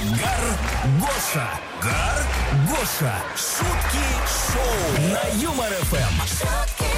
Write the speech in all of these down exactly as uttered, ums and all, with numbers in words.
Гоша. Гар Гоша. Шутки шоу на Юмор эф эм. Шутки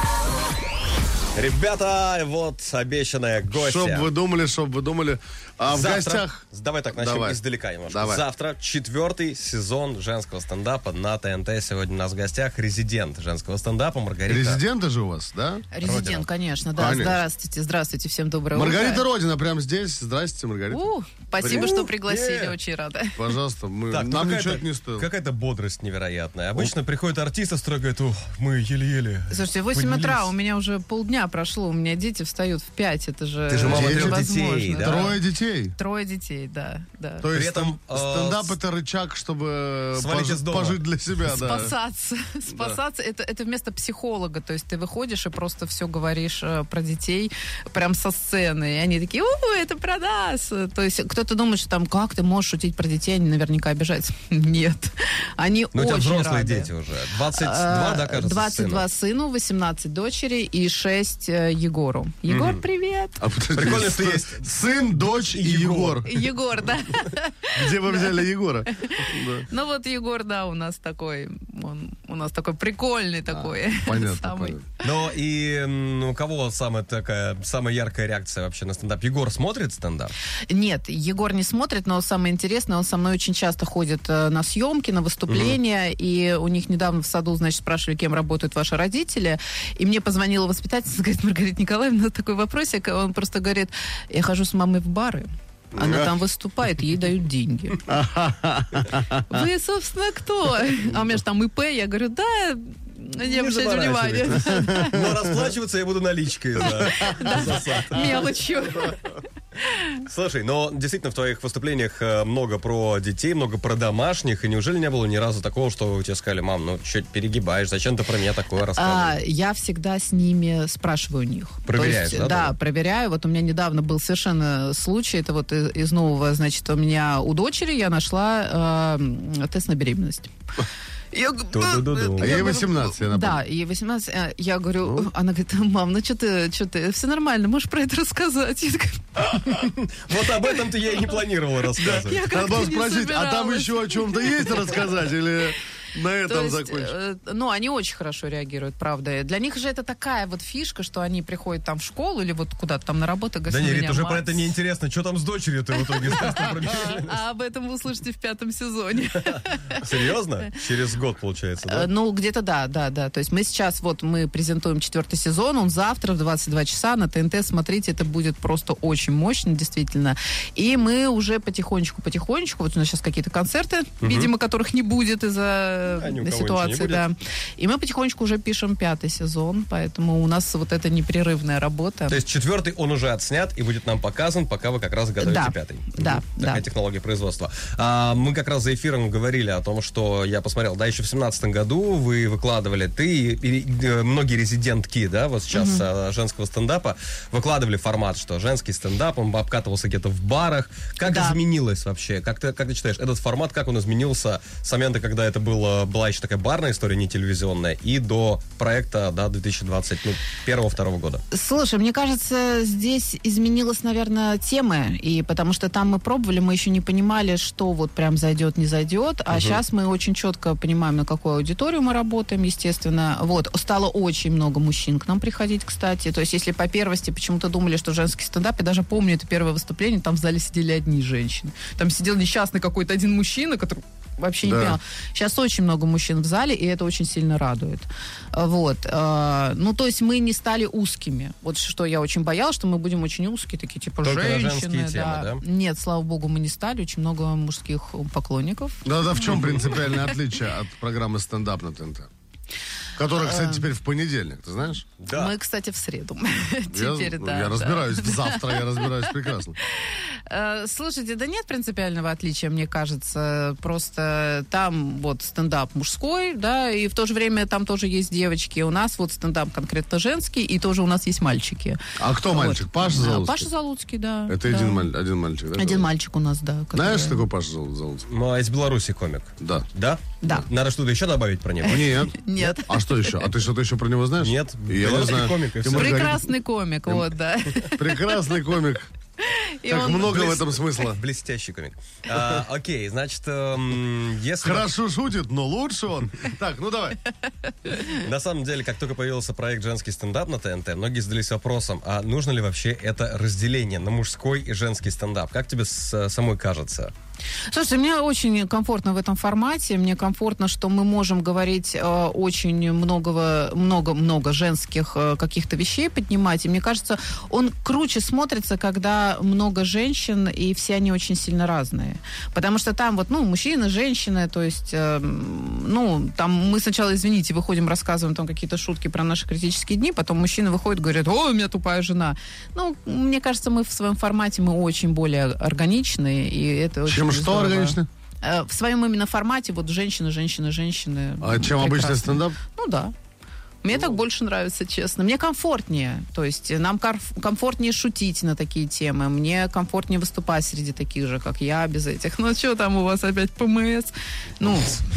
шоу. Ребята, вот обещанная гостья. Чтоб вы думали, чтоб вы думали. А в Завтра, гостях... давай так начнем Давай. издалека немножко. Давай. Завтра четвертый сезон женского стендапа на ТНТ. Сегодня у нас в гостях резидент женского стендапа Маргарита. Резиденты же у вас, да? Резидент, Родина. конечно, да. Конечно. Здравствуйте, здравствуйте, всем доброе Маргарита утро. Родина прямо здесь. Здрасте, Маргарита. У, спасибо, Привет. что пригласили, Е. очень рада. Пожалуйста, мы, Так, ну нам какая-то- ничего это не стоило. Какая-то бодрость невероятная. Обычно приходит артист и строго говорит: «Ух, мы еле-еле». Слушайте, в восемь поднялись». утра, у меня уже полдня прошло, у меня дети встают в пять, это же Ты же мама трех невозможно. детей, да? Трое детей. Трое детей, да, да. То При есть этом, стен- э, стендап с- это рычаг, чтобы Свалить пожи- из дома. пожить для себя, да. Спасаться. Спасаться это, это вместо психолога. То есть ты выходишь и просто все говоришь э, про детей прям со сцены. И они такие: у, это про нас. То есть кто-то думает, что там, как ты можешь шутить про детей, они наверняка обижаются. Нет. Они Ну, у тебя очень взрослые рады. дети уже. двадцать два, да, кажется, двадцать два сыну? сыну, восемнадцать дочери и шесть э, Егору. Егор, привет. А подожди, Прикольно, что сын- есть сын, дочь и Егор. Егор, да. Где вы взяли Егора? Да. Ну вот Егор, да, у нас такой, он у нас такой прикольный такой. Понятно, Самый. понятно. Ну и м, у кого самая такая, самая яркая реакция вообще на стендап? Егор смотрит стендап? Нет, Егор не смотрит, но самое интересное, он со мной очень часто ходит э, на съемки, на выступления, и у них недавно в саду, значит, спрашивали, кем работают ваши родители, и мне позвонила воспитательница, говорит: Маргарита Николаевна, такой вопросик, он просто говорит: я хожу с мамой в бары, она там выступает, ей дают деньги. Вы, собственно, кто? А у меня же там ИП, я говорю: да, не обращайте внимания. Но расплачиваться я буду наличкой за засад. Мелочью. Слушай, но действительно в твоих выступлениях э, много про детей, много про домашних, и неужели не было ни разу такого, что тебе сказали: мам, ну что перегибаешь, зачем ты про меня такое А, рассказываешь? я всегда с ними спрашиваю у них. Проверяешь, То есть, да, да? да? проверяю. Вот у меня недавно был совершенно случай, это вот из, из нового, значит, у меня у дочери я нашла э, тест на беременность. Я, г- Ту-ду-ду-ду. А я ей говорю, восемнадцать, я напомню. Да, ей восемнадцать. а, Я говорю, она говорит: мам, ну что ты, что ты, все нормально, можешь про это рассказать? Я такая: Вот об этом-то я и не планировала рассказывать. я Надо как-то было не спросить, а там собиралась. еще о чем-то есть рассказать или на То этом есть, закончить? э, ну, они очень хорошо реагируют, правда. Для них же это такая вот фишка, что они приходят там в школу или вот куда-то там на работу, говорят: Да не, «У Рит, меня уже мать». про это неинтересно. Что там с дочерью-то в итоге? А об этом вы услышите в пятом сезоне. Серьезно? Через год, получается, Э, да? Ну, где-то да, да, да. То есть мы сейчас, вот мы презентуем четвертый сезон, он завтра в двадцать два часа на ТНТ. Смотрите, это будет просто очень мощно, действительно. И мы уже потихонечку-потихонечку, вот у нас сейчас какие-то концерты, видимо, которых не будет из-за А ни у кого ситуации, ничего не да. будет. И мы потихонечку уже пишем пятый сезон, поэтому у нас вот эта непрерывная работа. То есть четвертый он уже отснят и будет нам показан, пока вы как раз готовите Да, пятый. да, Мгм. да. Такая технология производства. А, мы как раз за эфиром говорили о том, что я посмотрел, да, еще в семнадцатом году вы выкладывали, ты и, и, э, многие резидентки, да, вот сейчас а, женского стендапа, выкладывали формат, что женский стендап, он обкатывался где-то в барах. Как Да. изменилось вообще? Как ты, как ты считаешь, этот формат, как он изменился с момента, когда это было, была еще такая барная история, не телевизионная, и до проекта, да, две тысячи двадцать первого-второго года? Слушай, мне кажется, здесь изменилась, наверное, тема, и потому что там мы пробовали, мы еще не понимали, что вот прям зайдет, не зайдет, а сейчас мы очень четко понимаем, на какую аудиторию мы работаем, естественно. Вот, стало очень много мужчин к нам приходить, кстати, то есть если по первости почему-то думали, что женский стендап, я даже помню это первое выступление, там в зале сидели одни женщины, там сидел несчастный какой-то один мужчина, который вообще не Да. понял. Сейчас очень много мужчин в зале, и это очень сильно радует. Вот. э, Ну, то есть мы не стали узкими. Вот что я очень боялась, что мы будем очень узкие, такие типа Только на женщины. женские темы, да? Нет, слава богу, мы не стали. Очень много мужских поклонников. Ну, да в чем принципиальное отличие от программы «Стендап» на ТНТ? Которая, кстати, теперь в понедельник, ты знаешь? Да. Мы, кстати, в среду. Я, Теперь, ну, да. я да. разбираюсь. Завтра я разбираюсь прекрасно. Э, Слушайте, да нет принципиального отличия, мне кажется. Просто там вот стендап мужской, да, и в то же время там тоже есть девочки. У нас вот стендап конкретно женский, и тоже у нас есть мальчики. А кто Вот. мальчик? Паша Да, Залуцкий? Паша Залуцкий, да. Это да. один, маль- один мальчик, да? Один мальчик у нас, да. который- Знаешь, такой Паша Зал- Залуцкий? Ну, а из Беларуси комик. Да. Да? Да. Надо что-то еще добавить про него? Нет. Нет. А что еще? А ты что-то еще про него знаешь? Нет. Я не Белорусский знаю. комик, и Ты, всё. Маргарита, Прекрасный комик, вот, да. прекрасный комик. Как много в этом смысла. Блестящий комик. А, окей, значит, эм, если... Хорошо шутит, но лучше он. Так, ну давай. На самом деле, как только появился проект «Женский стендап» на ТНТ, многие задались вопросом, а нужно ли вообще это разделение на мужской и женский стендап? Как тебе с, самой кажется? Слушайте, мне очень комфортно в этом формате. Мне комфортно, что мы можем говорить э, очень многого, много-много женских э, каких-то вещей поднимать. И мне кажется, он круче смотрится, когда много женщин, и все они очень сильно разные. Потому что там вот, ну, мужчины, женщины, то есть, э, ну, там мы сначала, извините, выходим, рассказываем там какие-то шутки про наши критические дни, потом мужчины выходят, говорят, ой, у меня тупая жена. Ну, мне кажется, мы в своем формате, мы очень более органичны, и это очень Чем что органично? В своем именно формате, вот женщины, женщины, женщины. А чем прекрасно. обычный стендап? Ну да. Мне так больше нравится, честно. Мне комфортнее. То есть нам комфортнее шутить на такие темы. Мне комфортнее выступать среди таких же, как я, без этих. Ну, что там у вас опять ПМС? Ну,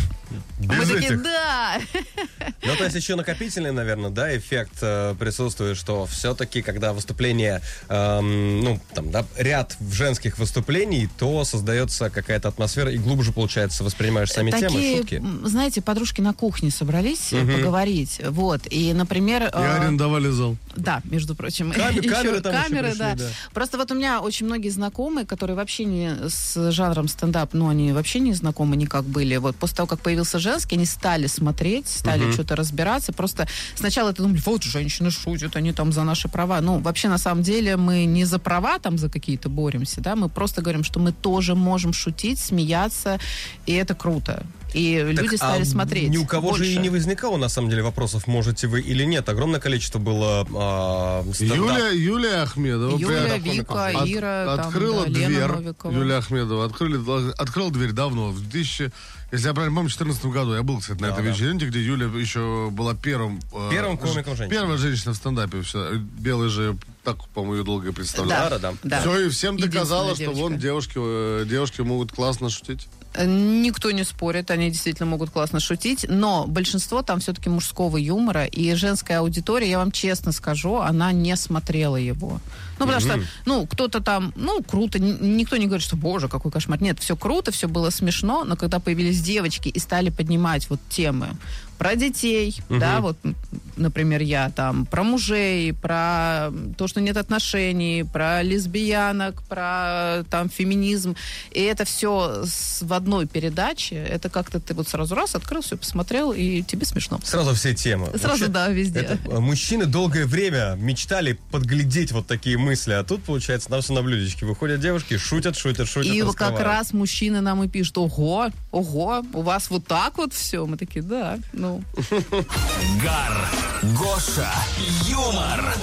Без мы такие, этих. да. Ну, то есть еще накопительный, наверное, да, эффект э, присутствует, что все-таки, когда выступление, эм, ну, там, да, ряд женских выступлений, то создается какая-то атмосфера, и глубже, получается, воспринимаешь сами Такие, темы, шутки. знаете, подружки на кухне собрались Мгм. поговорить. Вот. И, например... И э, арендовали зал. Да, между прочим. Кам- Еще камеры там еще камеры, пришли, да. да. Просто вот у меня очень многие знакомые, которые вообще не с жанром стендап, ну, они вообще не знакомы никак были. Вот после того, как появился женский, они стали смотреть, стали Мгм. что-то разбираться. Просто сначала это думали, вот женщины шутят, они там за наши права. Ну, вообще, на самом деле, мы не за права там за какие-то боремся, да, мы просто говорим, что мы тоже можем шутить, смеяться, и это круто. И Так, люди стали а смотреть. Ни у кого больше. же и не возникало, на самом деле, вопросов, можете вы или нет. Огромное количество было а, стендап. Юлия, Юлия Ахмедова. Юля, при- Вика, от- Ира, там, открыла да, Лена дверь. Новикова. Юлия Ахмедова открыли, открыла дверь давно, в две тысячи, если я правильно помню, в две тысячи четырнадцатом году. Я был, кстати, на Да, этой да. вечеринке, где Юля еще была первым... э, Первым ж- комиком женщиной. Первая женщина в стендапе. Все. Белый же, так, по-моему, ее долго и представлял. Да, да, да. Да. Все, и всем доказала, что Единственная вон девушки, э, девушки могут классно шутить. Никто не спорит, они действительно могут классно шутить, но большинство там все-таки мужского юмора, и женская аудитория, я вам честно скажу, она не смотрела его. Ну, потому что, ну, кто-то там, ну, круто, н- никто не говорит, что, боже, какой кошмар. Нет, все круто, все было смешно, но когда появились девочки и стали поднимать вот темы про детей, да, вот, м, например, я там, про мужей, про то, что нет отношений, про лесбиянок, про там феминизм, и это все в одной передаче, это как-то ты вот сразу раз открыл, все посмотрел, и тебе смешно. Сразу все темы. Сразу, Вообще, да, везде. это, э, мужчины долгое время мечтали подглядеть вот такие мысли, а тут, получается, нам все на блюдечке. Выходят девушки, шутят, шутят, шутят, И вот как раскрывают. раз мужчины нам и пишут, ого, ого, у вас вот так вот все. Мы такие, да, ну. Гар, Гоша, юмор.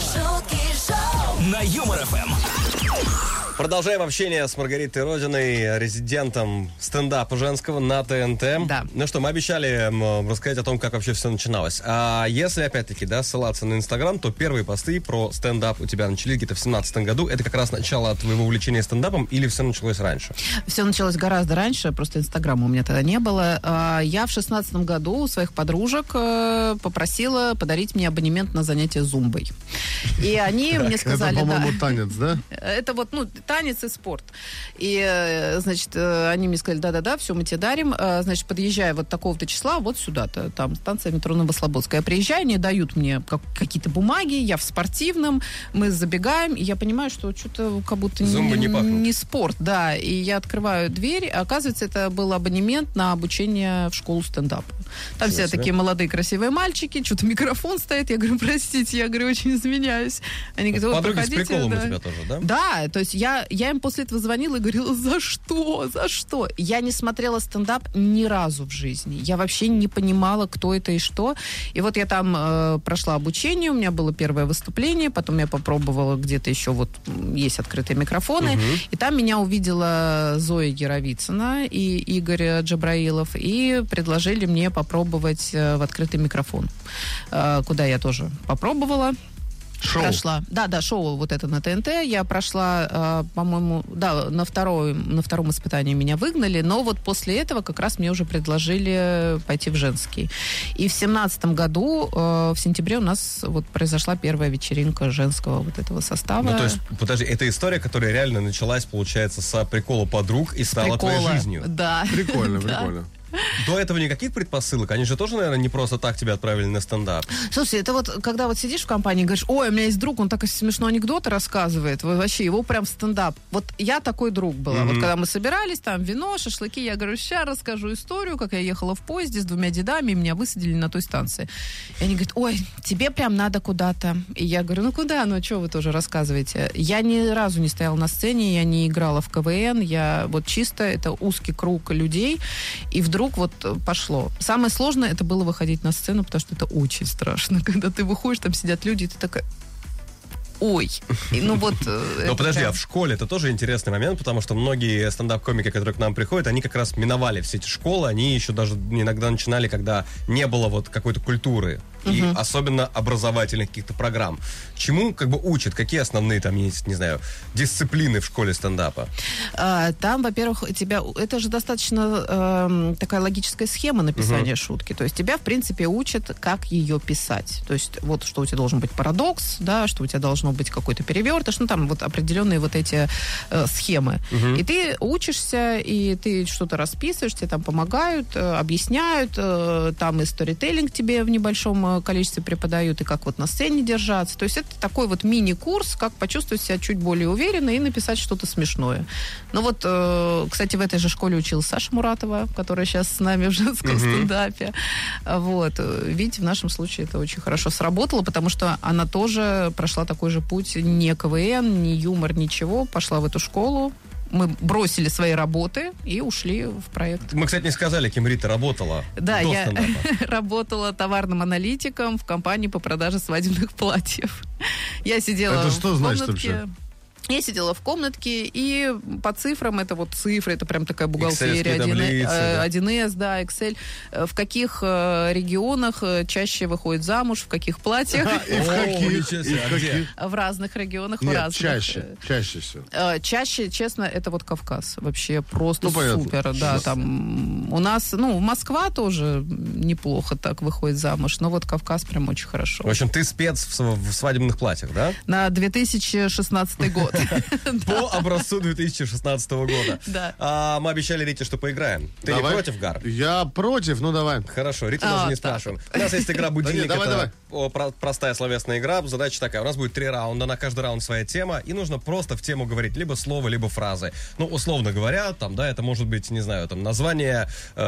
На Юмор ФМ. Продолжаем общение с Маргаритой Родиной, резидентом стендапа женского на ТНТ. Да. Ну что, мы обещали м, рассказать о том, как вообще все начиналось. А если, опять-таки, да, ссылаться на Инстаграм, то первые посты про стендап у тебя начались где-то в семнадцатом году. Это как раз начало твоего увлечения стендапом или все началось раньше? Все началось гораздо раньше, просто Инстаграма у меня тогда не было. А, Я в шестнадцатом году у своих подружек э, попросила подарить мне абонемент на занятия зумбой. И они мне сказали, Это, да. по-моему, танец, да? Это вот, ну, танец и спорт. И, э, значит, э, они мне сказали, да-да-да, все, мы тебе дарим. Э, Значит, подъезжая вот такого-то числа, вот сюда-то, там, станция метро Новослободская. Я приезжаю, они дают мне как- какие-то бумаги, я в спортивном, мы забегаем, и я понимаю, что что-то как будто Зумбы не пахнут. не спорт, да. И я открываю дверь, а оказывается, это был абонемент на обучение в школу стендапа. Там Ничего все себе. такие молодые красивые мальчики, что-то микрофон стоит, я говорю, простите, я говорю, очень извиняюсь. Они говорят, «О, Подруги с проходите, приколом да». у тебя тоже, да? Да, то есть я, я им после этого звонила и говорила, за что, за что? Я не смотрела стендап ни разу в жизни. Я вообще не понимала, кто это и что. И вот я там э, прошла обучение, у меня было первое выступление, потом я попробовала где-то еще, вот м, есть открытые микрофоны, и там меня увидела Зоя Яровицына и Игорь Джабраилов, и предложили мне попробовать э, в открытый микрофон, э, куда я тоже попробовала. Шоу. Прошла. Да, да, шоу вот это на ТНТ. Я прошла, э, по-моему, да, на, второй, на втором испытании меня выгнали, но вот после этого как раз мне уже предложили пойти в женский. И в семнадцатом году, э, в сентябре у нас вот произошла первая вечеринка женского вот этого состава. Ну, то есть, подожди, это история, которая реально началась, получается, с прикола подруг и стала Прикола. твоей жизнью. Да. Прикольно, Да. прикольно. До этого никаких предпосылок? Они же тоже, наверное, не просто так тебя отправили на стендап. Слушай, это вот, когда вот сидишь в компании и говоришь, ой, у меня есть друг, он так смешно анекдоты рассказывает, вот вообще, его прям стендап. Вот я такой друг была. Mm-hmm. Вот когда мы собирались, там вино, шашлыки, я говорю, сейчас расскажу историю, как я ехала в поезде с двумя дедами, и меня высадили на той станции. И они говорят, ой, тебе прям надо куда-то. И я говорю, ну куда, ну что вы тоже рассказываете? Я ни разу не стояла на сцене, я не играла в КВН, я вот чисто, это узкий круг людей, и вдруг вот пошло. Самое сложное это было выходить на сцену, потому что это очень страшно. Когда ты выходишь, там сидят люди, и ты такая... Ой. И, ну вот... Но подожди, прям... а в школе это тоже интересный момент, потому что многие стендап-комики, которые к нам приходят, они как раз миновали все эти школы, они еще даже иногда начинали, когда не было вот какой-то культуры. И угу. особенно образовательных каких-то программ. Чему как бы учат? Какие основные там есть, не знаю, дисциплины в школе стендапа? А, там, во-первых, тебя... Это же достаточно э, такая логическая схема написания угу. шутки. То есть тебя, в принципе, учат, как ее писать. То есть вот что у тебя должен быть парадокс, да, что у тебя должно быть какой-то перевертыш, ну там вот определенные вот эти э, схемы. Угу. И ты учишься, и ты что-то расписываешь, тебе там помогают, э, объясняют, э, там и сторителлинг тебе в небольшом количестве преподают, и как вот на сцене держаться. То есть это такой вот мини-курс, как почувствовать себя чуть более уверенно и написать что-то смешное. Ну вот, э, кстати, в этой же школе училась Саша Муратова, которая сейчас с нами в женском uh-huh. стендапе. Вот. Видите, в нашем случае это очень хорошо сработало, потому что она тоже прошла такой же путь, не КВН, не юмор, ничего, пошла в эту школу. Мы бросили свои работы и ушли в проект. Мы, кстати, не сказали, кем Рита работала. Да, до я стендапа. работала товарным аналитиком в компании по продаже свадебных платьев. Я сидела Это в что значит комнатке. вообще? Я сидела в комнатке, и по цифрам, это вот цифры, это прям такая бухгалтерия, один эс, да, Excel. В каких э, регионах чаще выходит замуж, в каких платьях? И в каких? В разных регионах, в Нет, разных. чаще, чаще всего. Чаще, честно, это вот Кавказ. Вообще просто Ну, понятно. супер. Да, там у нас, ну, Москва тоже неплохо так выходит замуж, но вот Кавказ прям очень хорошо. В общем, ты спец в, в свадебных платьях, да? На две тысячи шестнадцатый год. По образцу две тысячи шестнадцатого года. Да. А, мы обещали Рите, что поиграем. Ты не против, Гар? Я против, ну давай. Хорошо, Риту А, даже не так. спрашиваем. У нас есть игра «Будильник». Да нет, давай, Это о, про- простая словесная игра. Задача такая. У нас будет три раунда. На каждый раунд своя тема. И нужно просто в тему говорить либо слово, либо фразы. Ну, условно говоря, там, да, это может быть, не знаю, там, название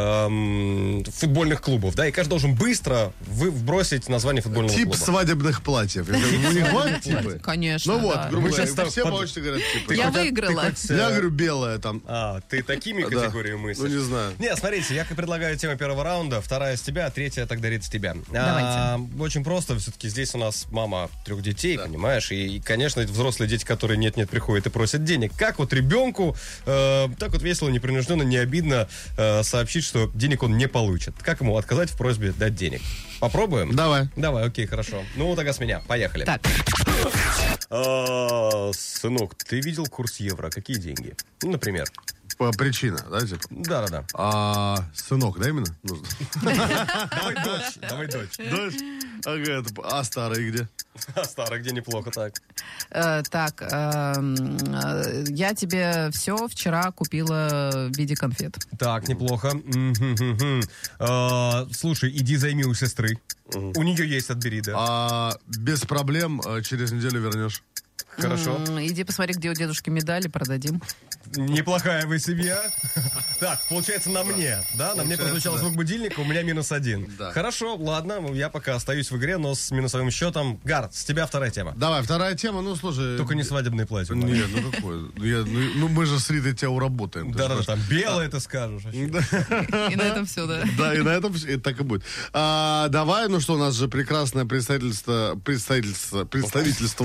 эм, футбольных клубов, да, и каждый должен быстро вы- вбросить название футбольного Тип клуба. свадебных платьев. Это не бывает типы? Конечно, Ну вот, да. грубо Мы говоря, сейчас там все под- по очереди говорят типы. Я хоть- выиграла. ты хоть, э, Я говорю белое там. А, ты такими Да. категориями мыслишь? Ну, не знаю. Не, смотрите, я предлагаю тему первого раунда, вторая с тебя, третья тогда Рита с тебя. Давайте. А, очень просто, все-таки здесь у нас мама трех детей, понимаешь, и, и, конечно, эти взрослые дети, которые нет-нет приходят и просят денег. Как вот ребенку э, так вот весело, непринужденно, не обидно э, сообщить, что денег он не получит? Как ему отказать в просьбе дать денег? Попробуем? Давай. Давай, окей, хорошо. Ну, тогда с меня. Поехали. Так, А, сынок, ты видел курс евро? Какие деньги? Ну, например. По- Причина, да, типа? Да-да-да. А, сынок, да, именно? Нужно. Давай дочь, давай дочь. Дочь? Ага, это- а старый где? А старый, где неплохо так. э, так, эм, э, я тебе все вчера купила в виде конфет. Так, неплохо. М-м-м-м. А, слушай, иди займи у сестры. У нее есть, отбери, да. А, без проблем, а, через неделю вернешь. Хорошо. М, Иди посмотри, где у дедушки медали, продадим. Неплохая вы семья. Так, получается, на мне, да? На мне Получается, прозвучал да. звук будильника, у меня минус один. Да. Хорошо, ладно, я пока остаюсь в игре, но с минусовым счетом. Гар, с тебя вторая тема. Давай, вторая тема, ну, слушай... Только не свадебное платье. Нет, ну какое? Ну, я- ну, ну, мы же с Ритой тебя уработаем. ты Да-да-да, же там белое ты скажешь. вообще. И на этом все, да. Да, и на этом всё- и так и будет. А, давай, ну что, у нас же прекрасное представительство, представительство, представительство,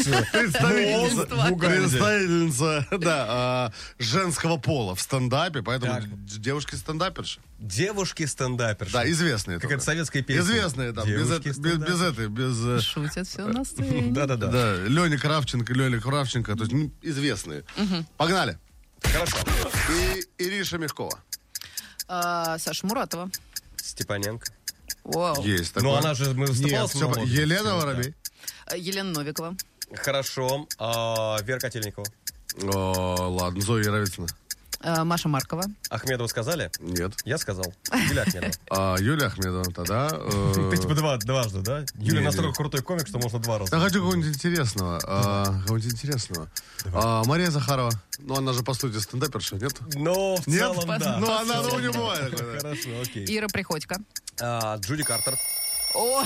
представительница, Бугальде. представительница, да, а, женского пола в стендапе, поэтому поэтому Так. девушки-стендаперши. Девушки-стендаперши. Да, известные. Какая-то только. советская песня. Известные, там, без, это- без, без этой, без... э, Шутят все на сцене. Да-да-да. Да, Леня Кравченко, Леня Кравченко, то есть ну, известные. Погнали. Хорошо. И Ириша Мягкова. А, Саша Муратова. Степаненко. Вау. Есть Ну, такое. она же, мы выступала Нет, с всё, молодостью. Елена Воробей. А, Елена Новикова. Хорошо. А, Вера Котельникова. О, ладно, Зоя Яровицына. А, Маша Маркова. Ахмедова сказали? Нет. Я сказал. Юлия Ахмедова. А, Юлия Ахмедова тогда. э, Ты типа два, дважды, да? Юля Не, настолько не. крутой комик, что можно два раза. Я хочу кого-нибудь интересного. а, Кого-нибудь интересного. А, Мария Захарова. Ну, она же, по сути, стендаперша, нет? Но в Нет? целом, да. Ну, В она, ну, целом, не да. бывает такое, да. Хорошо, окей. Ира Приходько. А, Джуди Картер. О,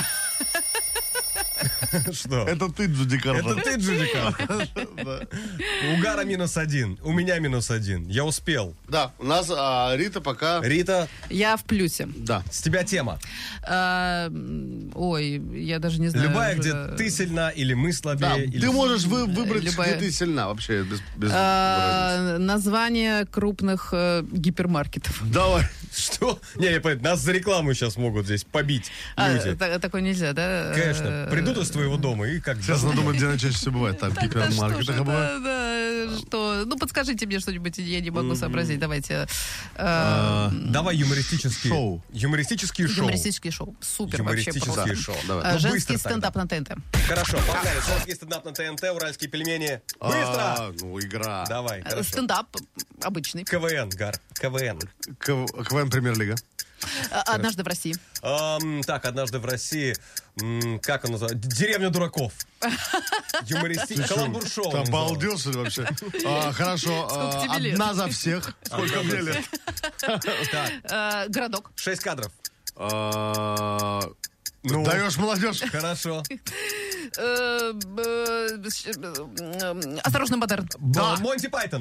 Что? Это ты, Джуди Это Картер. ты, Джуди Картер. У Гара минус один. У меня минус один. Я успел. Да, у нас а, Рита пока... Рита, я в плюсе. Да. с тебя тема. А, м, ой, я даже не знаю. Любая, уже. где ты сильна, или мы Да, слабее. или- ты можешь вы, выбрать, Любая- где ты сильна вообще, без, без разницы. А, название крупных э, гипермаркетов. Давай. Что? Не, я понимаю, нас за рекламу сейчас могут здесь побить А, люди. та- такое нельзя, да? Конечно. Э, Придут из твоего дома и как... Сейчас надо думать, где она чаще всего бывает. Там, в Да что ж гипермаркетах это, бывает. да, что? Ну, подскажите мне что-нибудь, я не могу сообразить. Давайте. э, А, Давай юмористические... Шоу. Юмористические шоу. Юмористические шоу. Супер вообще Юмористические просто. шоу. Давай. А, Ну, Женский быстро тогда. стендап на ТНТ. Хорошо, погнали. Женский стендап на ТНТ, уральские пельмени. Быстро! А, ну, игра. Давай, Э, хорошо. Стендап обычный. КВН, Гар, КВН. К- КВН Премьер-лига. А, Однажды в России. Ам, так, однажды в России, м, как он называется? Деревня дураков. Юмористический каламбур-шоу. Ты он назывался. обалдел, что ли, вообще? А, Хорошо. Сколько а, тебе лет? Одна за всех. Сколько мне лет? Так, Э, Городок. шесть кадров. А, Ну, Даешь молодежь. хорошо. Э, э, ш- э, Осторожно, модерн. Да. Монти Пайтон.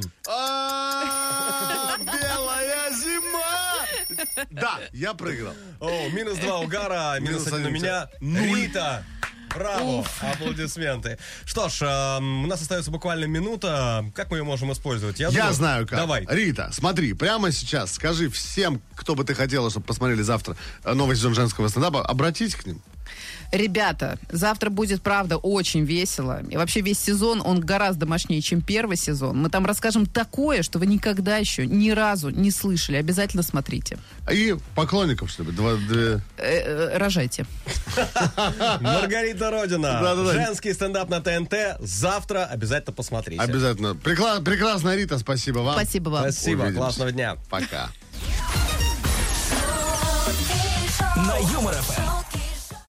А, Белая зима. Да, я проиграл. О, минус два у Гара, минус Минус один у один у меня. Рита. Браво, аплодисменты. Что ж, эм, у нас остается буквально минута. Как мы ее можем использовать? Я думаю- знаю как. Давай. Рита, смотри, прямо сейчас скажи всем, кто бы ты хотела, чтобы посмотрели завтра э, новый сезон женского стендапа, обратись к ним. Ребята, завтра будет, правда, очень весело. И вообще весь сезон, он гораздо мощнее, чем первый сезон. Мы там расскажем такое, что вы никогда еще ни разу не слышали. Обязательно смотрите. И поклонников, что ли, два, две... Э, э, Рожайте. Маргарита Родина. Да-да-да. Женский стендап на ТНТ. Завтра обязательно посмотрите. Обязательно. Прекла- Прекрасная Рита, спасибо вам. Спасибо вам. Спасибо, Увидимся. классного дня. Пока. На Юмор ФМ.